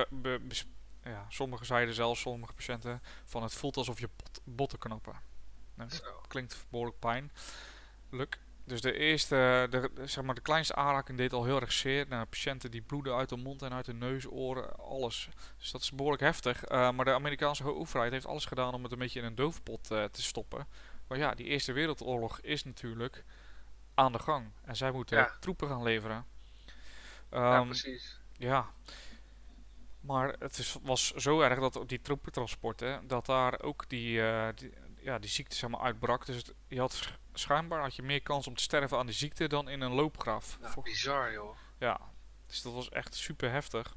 sommigen zeiden zelfs, sommige patiënten, van het voelt alsof je botten knappen. Nou, dat klinkt behoorlijk pijnlijk. Dus de kleinste aanraking deed al heel erg zeer. Nou, patiënten die bloeden uit de mond en uit de neus, oren, alles. Dus dat is behoorlijk heftig. Maar de Amerikaanse overheid heeft alles gedaan om het een beetje in een doofpot te stoppen. Maar ja, die Eerste Wereldoorlog is natuurlijk aan de gang. En zij moeten troepen gaan leveren. Ja, precies. Ja. Maar was zo erg dat op die troepentransporten, dat daar ook die ziekte zeg maar uitbrak. Dus je had schijnbaar meer kans om te sterven aan die ziekte dan in een loopgraaf. Nou, bizar, joh. Ja, dus dat was echt super heftig.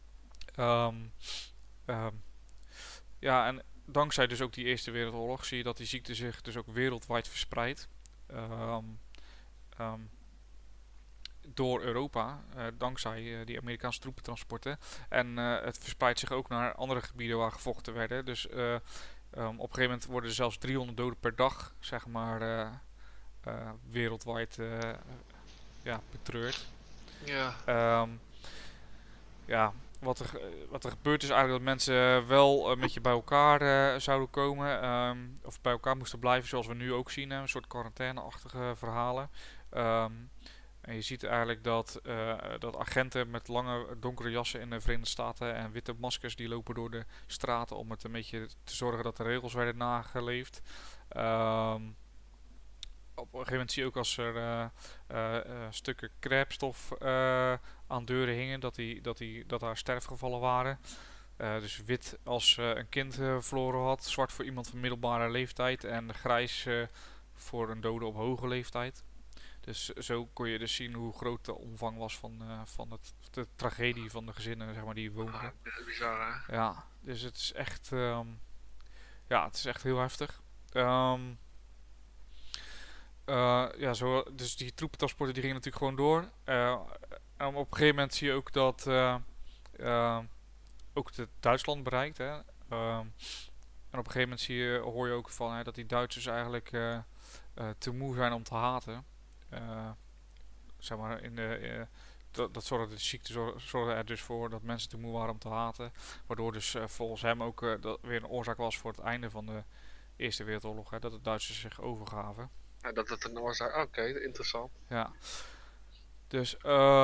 Ja, en dankzij dus ook die Eerste Wereldoorlog zie je dat die ziekte zich dus ook wereldwijd verspreidt. Door Europa, dankzij die Amerikaanse troepentransporten. En het verspreidt zich ook naar andere gebieden waar gevochten werden. Dus op een gegeven moment worden er zelfs 300 doden per dag, zeg maar, wereldwijd betreurd. Ja. Wat er gebeurt is eigenlijk dat mensen wel een beetje bij elkaar zouden komen. Of bij elkaar moesten blijven, zoals we nu ook zien. Een soort quarantaine-achtige verhalen. En je ziet eigenlijk dat agenten met lange donkere jassen in de Verenigde Staten en witte maskers die lopen door de straten om het een beetje te zorgen dat de regels werden nageleefd. Op een gegeven moment zie je ook als er stukken crêpestof aan deuren hingen, dat daar sterfgevallen waren. Dus wit als een kind verloren had, zwart voor iemand van middelbare leeftijd en grijs voor een dode op hoge leeftijd. Dus zo kon je dus zien hoe groot de omvang was van de tragedie van de gezinnen, zeg maar, die woonden. Bizar, hè? Ja, dus het is echt, ja, het is echt heel heftig. Ehm, ja, dus die troepentransporten die gingen natuurlijk gewoon door. En op een gegeven moment zie je ook dat eh, ook Duitsland bereikt. Hè. En op een gegeven moment hoor je ook van dat die Duitsers eigenlijk te moe zijn om te haten. Eh, zeg maar dat zorgde de ziekte zorgde er dus voor dat mensen te moe waren om te haten. Waardoor dus volgens hem ook dat weer een oorzaak was voor het einde van de Eerste Wereldoorlog. Hè, dat de Duitsers zich overgaven. Ja, dat het een oorzaak... Oké, interessant. Ja, dus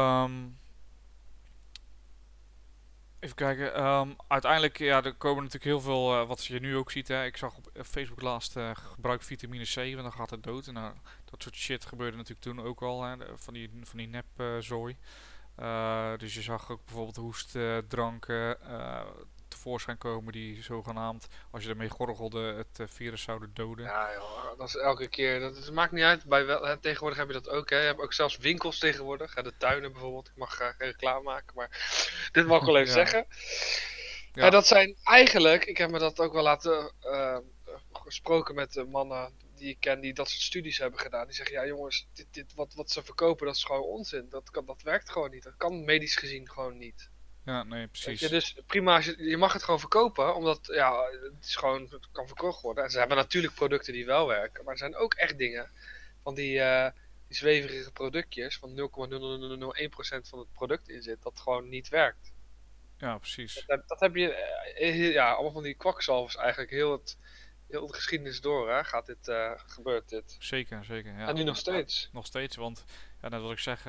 even kijken. Uiteindelijk, ja, er komen natuurlijk heel veel, wat je nu ook ziet. Hè. Ik zag op Facebook laatst, gebruik vitamine C, want dan gaat het dood. En dat soort shit gebeurde natuurlijk toen ook al, hè, van die nepzooi. Dus je zag ook bijvoorbeeld hoestdranken tevoorschijn komen die zogenaamd, als je ermee gorgelde, het virus zouden doden. Ja, joh, dat is elke keer. Maakt niet uit. Hè, tegenwoordig heb je dat ook. Hè. Je hebt ook zelfs winkels tegenwoordig. Hè, de tuinen bijvoorbeeld. Ik mag geen reclame maken, maar dit mag ik wel even Ja. zeggen. Ja. Ja, dat zijn eigenlijk. Ik heb me dat ook wel laten gesproken met de mannen die ik ken die dat soort studies hebben gedaan. Die zeggen: ja, jongens, wat ze verkopen, dat is gewoon onzin. Dat werkt gewoon niet. Dat kan medisch gezien gewoon niet. Ja, nee, Weet precies. je, dus prima, je mag het gewoon verkopen, omdat ja, het kan verkocht worden. En ze hebben natuurlijk producten die wel werken, maar er zijn ook echt dingen van die zweverige productjes van 0,0001% van het product in zit, dat gewoon niet werkt. Ja, precies. Dat heb je, ja, allemaal van die kwakzalvers eigenlijk, heel de geschiedenis door, hè, gebeurt dit. Zeker, zeker. Ja. En nu nog steeds. Nog steeds, want ja, net wat ik zeg,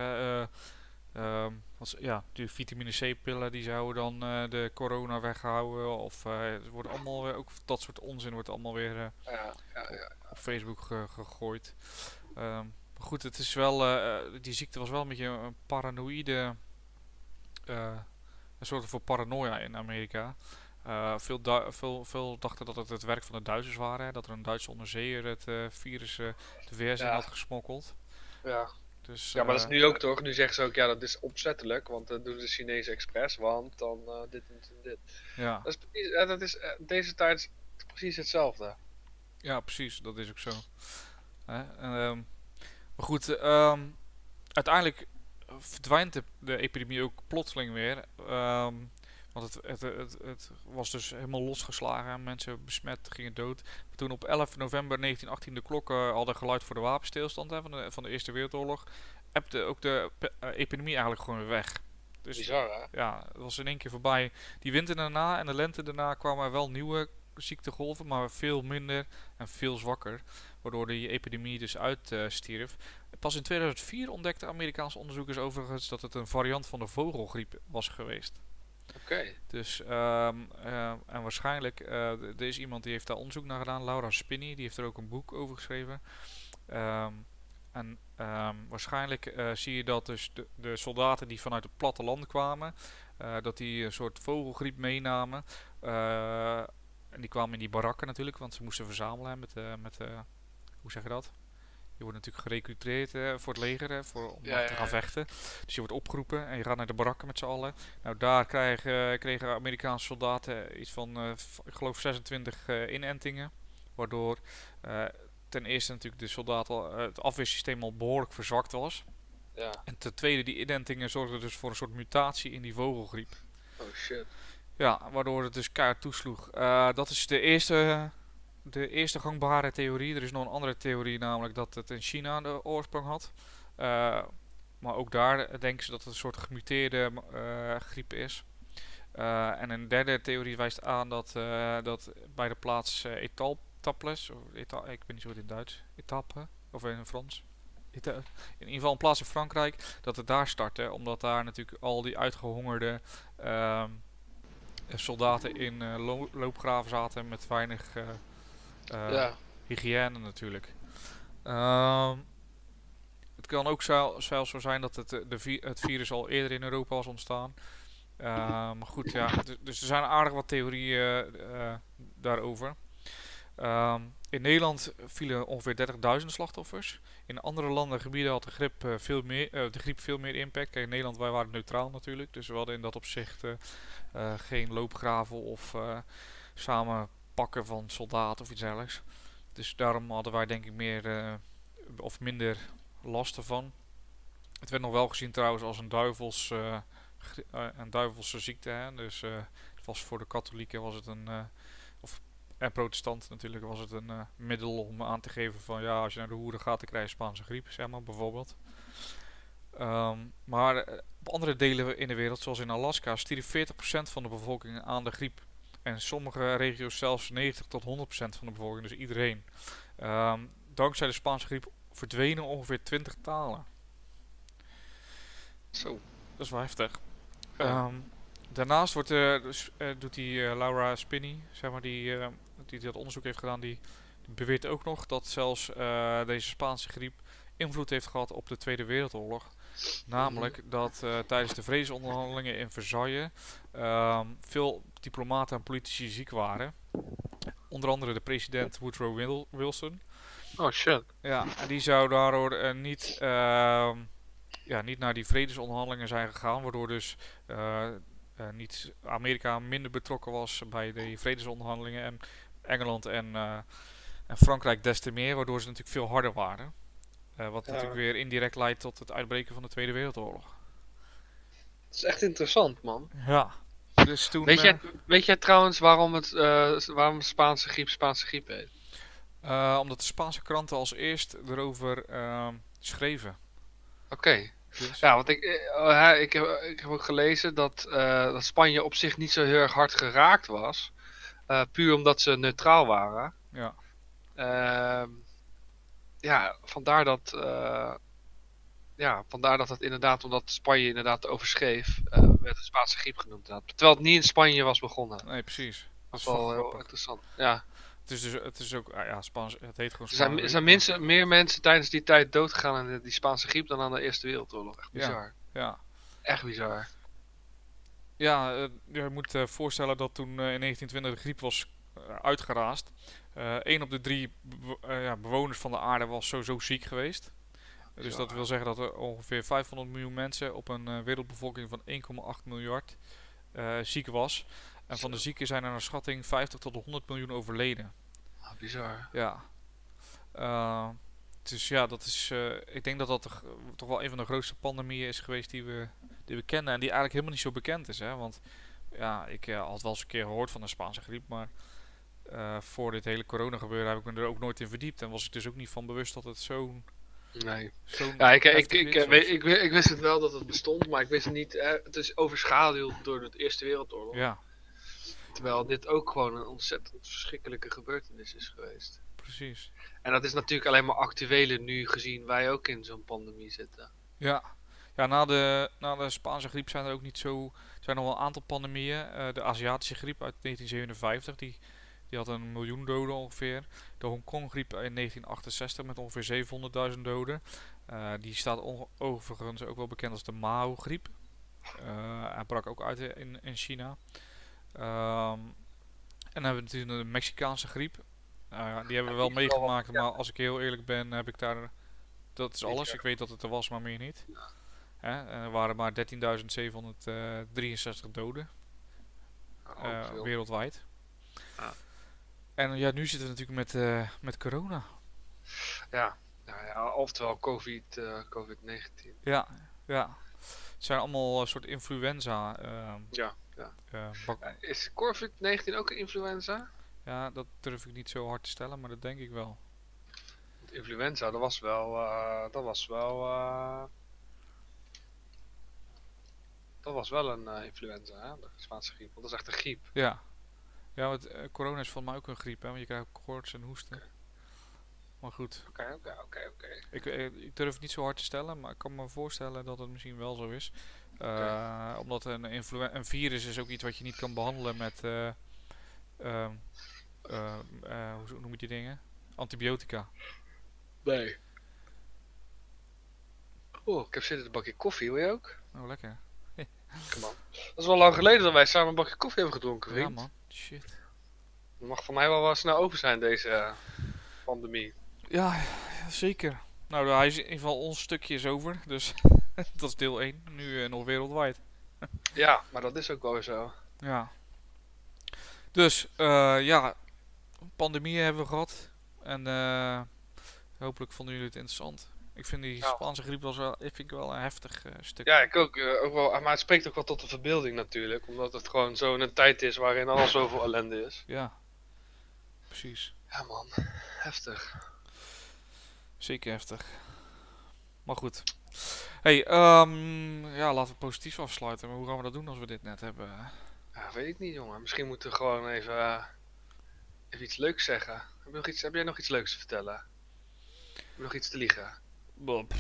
ja, die vitamine C-pillen die zouden dan de corona weghouden. Of het wordt allemaal weer, ook dat soort onzin wordt allemaal weer Ja. op Facebook gegooid. Maar goed, het is wel, die ziekte was wel een beetje een paranoïde, een soort van paranoia in Amerika. Veel dachten dat het werk van de Duitsers waren. Hè, dat er een Duitse onderzeeër het virus de VS in had gesmokkeld. Ja. Dus, Ja, maar dat is nu ook toch? Nu zeggen ze ook, ja, dat is opzettelijk, want dat doen de Chinese expres, want dan dit en dit. ja. Dat is precies, deze tijd is precies hetzelfde. Ja, precies. Dat is ook zo. Maar goed, uiteindelijk verdwijnt de epidemie ook plotseling weer. Want het was dus helemaal losgeslagen. Mensen besmet gingen dood. Maar toen op 11 november 1918 de klokken hadden geluid voor de wapenstilstand van de Eerste Wereldoorlog, ebde ook de epidemie eigenlijk gewoon weer weg. Dus Bizar, hè? ja, het was in één keer voorbij. Die winter daarna en de lente daarna kwamen er wel nieuwe ziektegolven, maar veel minder en veel zwakker. Waardoor die epidemie dus uitstierf. Pas in 2004 ontdekten Amerikaanse onderzoekers overigens dat het een variant van de vogelgriep was geweest. Oké. Dus, en waarschijnlijk, er is iemand die heeft daar onderzoek naar gedaan, Laura Spinney, die heeft er ook een boek over geschreven. Waarschijnlijk zie je dat dus de soldaten die vanuit het platteland kwamen, dat die een soort vogelgriep meenamen. En die kwamen in die barakken natuurlijk, want ze moesten verzamelen met hoe zeg je dat? Je wordt natuurlijk gerecruiteerd voor het leger, om te gaan vechten. Dus je wordt opgeroepen en je gaat naar de barakken met z'n allen. Nou, daar kregen Amerikaanse soldaten iets van, ik geloof 26 inentingen. Waardoor ten eerste natuurlijk de soldaten het afweersysteem al behoorlijk verzwakt was. Ja. En ten tweede, die inentingen zorgden dus voor een soort mutatie in die vogelgriep. Oh shit. Ja, waardoor het dus keihard toesloeg. Dat is de eerste gangbare theorie. Er is nog een andere theorie, namelijk dat het in China de oorsprong had. Maar ook daar denken ze dat het een soort gemuteerde griep is. En een derde theorie wijst aan dat bij de plaats Etaples, ik weet niet zo goed in Duits, Etape, of in Frans. In ieder geval een plaats in Frankrijk, dat het daar startte, omdat daar natuurlijk al die uitgehongerde soldaten in loopgraven zaten met weinig hygiëne natuurlijk. Het kan ook zelfs zo zijn dat het virus al eerder in Europa was ontstaan. Maar goed, ja. Dus er zijn aardig wat theorieën daarover. In Nederland vielen ongeveer 30.000 slachtoffers. In andere landen en gebieden had de griep veel meer impact. Kijk, in Nederland, wij waren neutraal natuurlijk. Dus we hadden in dat opzicht geen loopgraven of samen pakken van soldaten of iets dergelijks. Dus daarom hadden wij denk ik meer of minder last ervan. Het werd nog wel gezien trouwens als een duivelse ziekte. Hè? Dus het was voor de katholieken was het en protestanten natuurlijk was het een middel om aan te geven van ja, als je naar de hoeren gaat, dan krijg je Spaanse griep, zeg maar, bijvoorbeeld. Maar op andere delen in de wereld, zoals in Alaska, stierf 40% van de bevolking aan de griep. En in sommige regio's zelfs 90 tot 100% van de bevolking, dus iedereen. Dankzij de Spaanse griep verdwenen ongeveer 20 talen. Zo. Dat is wel heftig. Ja. Daarnaast doet die Laura Spinney, zeg maar, die dat onderzoek heeft gedaan, die beweert ook nog dat zelfs deze Spaanse griep invloed heeft gehad op de Tweede Wereldoorlog. Namelijk dat tijdens de vredesonderhandelingen in Versailles veel diplomaten en politici ziek waren. Onder andere de president Woodrow Wilson. Oh shit. Ja, en die zou daardoor niet naar die vredesonderhandelingen zijn gegaan, waardoor dus niet Amerika minder betrokken was bij de vredesonderhandelingen en Engeland en Frankrijk des te meer, waardoor ze natuurlijk veel harder waren. Wat natuurlijk weer indirect leidt tot het uitbreken van de Tweede Wereldoorlog. Het is echt interessant, man. Ja, dus toen... Weet jij trouwens waarom Spaanse griep heet? Omdat de Spaanse kranten als eerst erover schreven. Oké. Dus. Ja, want ik heb ook gelezen dat Spanje op zich niet zo heel erg hard geraakt was. Puur omdat ze neutraal waren. Ja. Ja, vandaar dat het inderdaad, omdat Spanje inderdaad overschreef, werd de Spaanse griep genoemd. Terwijl het niet in Spanje was begonnen. Nee, precies. Dat is wel heel interessant. Ja. Het is ook, Spaans, het heet gewoon Spaans. Er zijn meer mensen tijdens die tijd doodgegaan aan die Spaanse griep dan aan de Eerste Wereldoorlog. Echt bizar. Ja. Echt bizar. Ja, je moet voorstellen dat toen in 1920 de griep was uitgeraasd. 1 op de 3 bewoners van de aarde was sowieso ziek geweest. Dus dat wil zeggen dat er ongeveer 500 miljoen mensen op een wereldbevolking van 1,8 miljard ziek was. En van de zieken zijn er naar schatting 50 tot 100 miljoen overleden. Bizar. Ja. Dus ja, dat is, ik denk dat dat toch wel een van de grootste pandemieën is geweest die we kennen. En die eigenlijk helemaal niet zo bekend is. Hè? Want ja, ik had wel eens een keer gehoord van de Spaanse griep. Maar voor dit hele corona gebeuren heb ik me er ook nooit in verdiept. En was ik dus ook niet van bewust dat het zo'n... Nee. Ja, ik wist het wel dat het bestond, maar ik wist het niet. Het is overschaduwd door de Eerste Wereldoorlog. Ja. Terwijl dit ook gewoon een ontzettend verschrikkelijke gebeurtenis is geweest. Precies. En dat is natuurlijk alleen maar actuele nu, gezien wij ook in zo'n pandemie zitten. Ja. Ja, na de Spaanse griep zijn er ook niet zo... Er zijn nog wel een aantal pandemieën. De Aziatische griep uit 1957, die had 1 miljoen doden ongeveer. De Hongkong-griep in 1968 met ongeveer 700.000 doden. Die staat overigens ook wel bekend als de Mao-griep. Hij brak ook uit in China. En dan hebben we natuurlijk de Mexicaanse griep. Die hebben we wel meegemaakt, maar als ik heel eerlijk ben, heb ik daar... Dat is alles. Ik weet dat het er was, maar meer niet. Er waren maar 13.763 doden. Wereldwijd. En ja, nu zitten we natuurlijk met corona. Ja, oftewel COVID-19. Ja. Het zijn allemaal een soort influenza. Is COVID-19 ook een influenza? Ja, dat durf ik niet zo hard te stellen, maar dat denk ik wel. Influenza, dat was wel een influenza, hè? De Spaanse griep. Want dat is echt een griep. Ja. Ja, want corona is volgens mij ook een griep, hè? Want je krijgt koorts en hoesten. Okay. Maar goed. Oké. Ik durf het niet zo hard te stellen, maar ik kan me voorstellen dat het misschien wel zo is. Omdat een virus is ook iets wat je niet kan behandelen met... hoe noem je die dingen? Antibiotica. Nee. Oh, ik heb zin in een bakje koffie, wil je ook? Oh, lekker. Man. Dat is wel lang geleden dat wij samen een bakje koffie hebben gedronken, Ja, vriend. man. Shit. Dat mag voor mij wel snel over zijn, deze pandemie. Ja, zeker. Nou, hij is in ieder geval ons stukje is over. Dus dat is deel 1. Nu nog wereldwijd. Ja, maar dat is ook wel zo. Ja. Dus, ja. Pandemie hebben we gehad. En hopelijk vonden jullie het interessant. Ik vind die Nou, Spaanse griep vind ik wel een heftig stuk. ja, ik ook, ook wel. Maar het spreekt ook wel tot de verbeelding natuurlijk. Omdat het gewoon zo een tijd is waarin al zoveel ellende is. Ja, precies. Ja man, heftig. Zeker heftig. Maar goed. Hey, ja, laten we positief afsluiten. Maar hoe gaan we dat doen als we dit net hebben? Ja, weet ik niet jongen. Misschien moeten we gewoon even iets leuks zeggen. Heb jij nog iets leuks te vertellen? Heb je nog iets te liegen? Bob.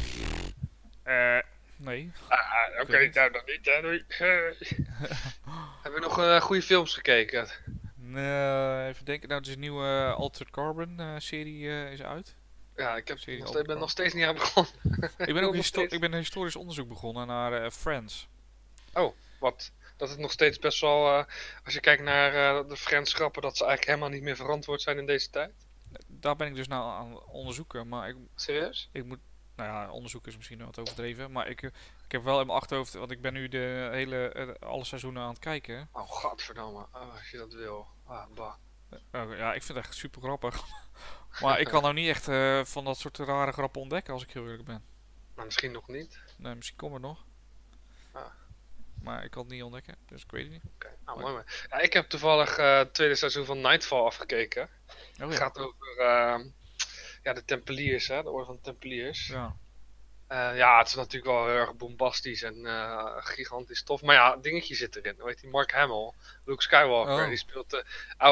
Nee. Oké, niet. nou dan niet. Doei. Heb je nog goede films gekeken? Nee, even denken. Nou, dus een nieuwe Altered Carbon serie is uit. Ja, ik Serie ben nog steeds niet aan begonnen. Ik ben wil ook nog steeds. ik ben een historisch onderzoek begonnen naar Friends. Oh, wat? Dat het nog steeds best wel, als je kijkt naar de vriendschappen, dat ze eigenlijk helemaal niet meer verantwoord zijn in deze tijd. Daar ben ik dus nou aan onderzoeken. Maar Serieus? ik moet... Nou ja, onderzoek is misschien wat overdreven. Maar ik heb wel in mijn achterhoofd... Want ik ben nu de alle seizoenen aan het kijken. Oh, godverdomme. Oh, als je dat wil. Ah, bah. Ja, ik vind het echt super grappig. Maar ik kan nou niet echt van dat soort rare grappen ontdekken als ik heel eerlijk ben. Nou, misschien nog niet. Nee, misschien komt het nog. Ah. Maar ik kan het niet ontdekken, dus ik weet het niet. Oké, nou, mooi man. Ja, ik heb toevallig het tweede seizoen van Nightfall afgekeken. Oh Het ja. gaat over ja, de Tempeliers, hè, de orde van de Tempeliers. Ja. Ja, het is natuurlijk wel heel erg bombastisch en gigantisch tof. Maar ja, dingetje zit erin. Hoe heet die? Mark Hamill, Luke Skywalker. Oh. Die speelt de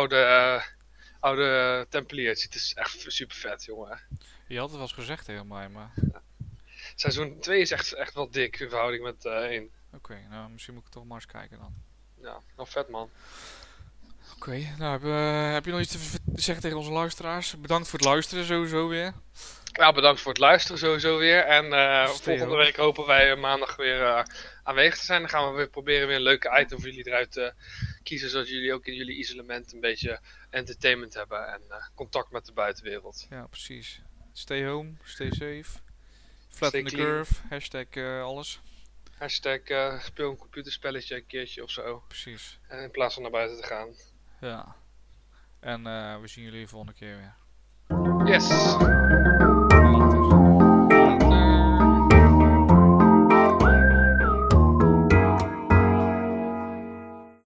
oude Tempelier. Het is echt super vet, jongen. Je had het wel eens gezegd tegen mij, maar... Seizoen 2 is echt wel dik in verhouding met 1. Oké, nou misschien moet ik toch maar eens kijken dan. Ja, wel vet man. Oké, nou heb je nog iets te zeggen tegen onze luisteraars? Bedankt voor het luisteren sowieso weer. Ja, bedankt voor het luisteren sowieso weer. En Stay volgende home. week hopen wij maandag weer aanwezig te zijn. Dan gaan we weer proberen weer een leuke item voor jullie eruit te kiezen. Zodat jullie ook in jullie isolement een beetje entertainment hebben. En contact met de buitenwereld. Ja, precies. Stay home, stay safe. Flatten Stay the clean. curve, hashtag alles. Hashtag speel een computerspelletje een keertje of zo. Precies. In plaats van naar buiten te gaan. Ja. En we zien jullie de volgende keer weer. Yes!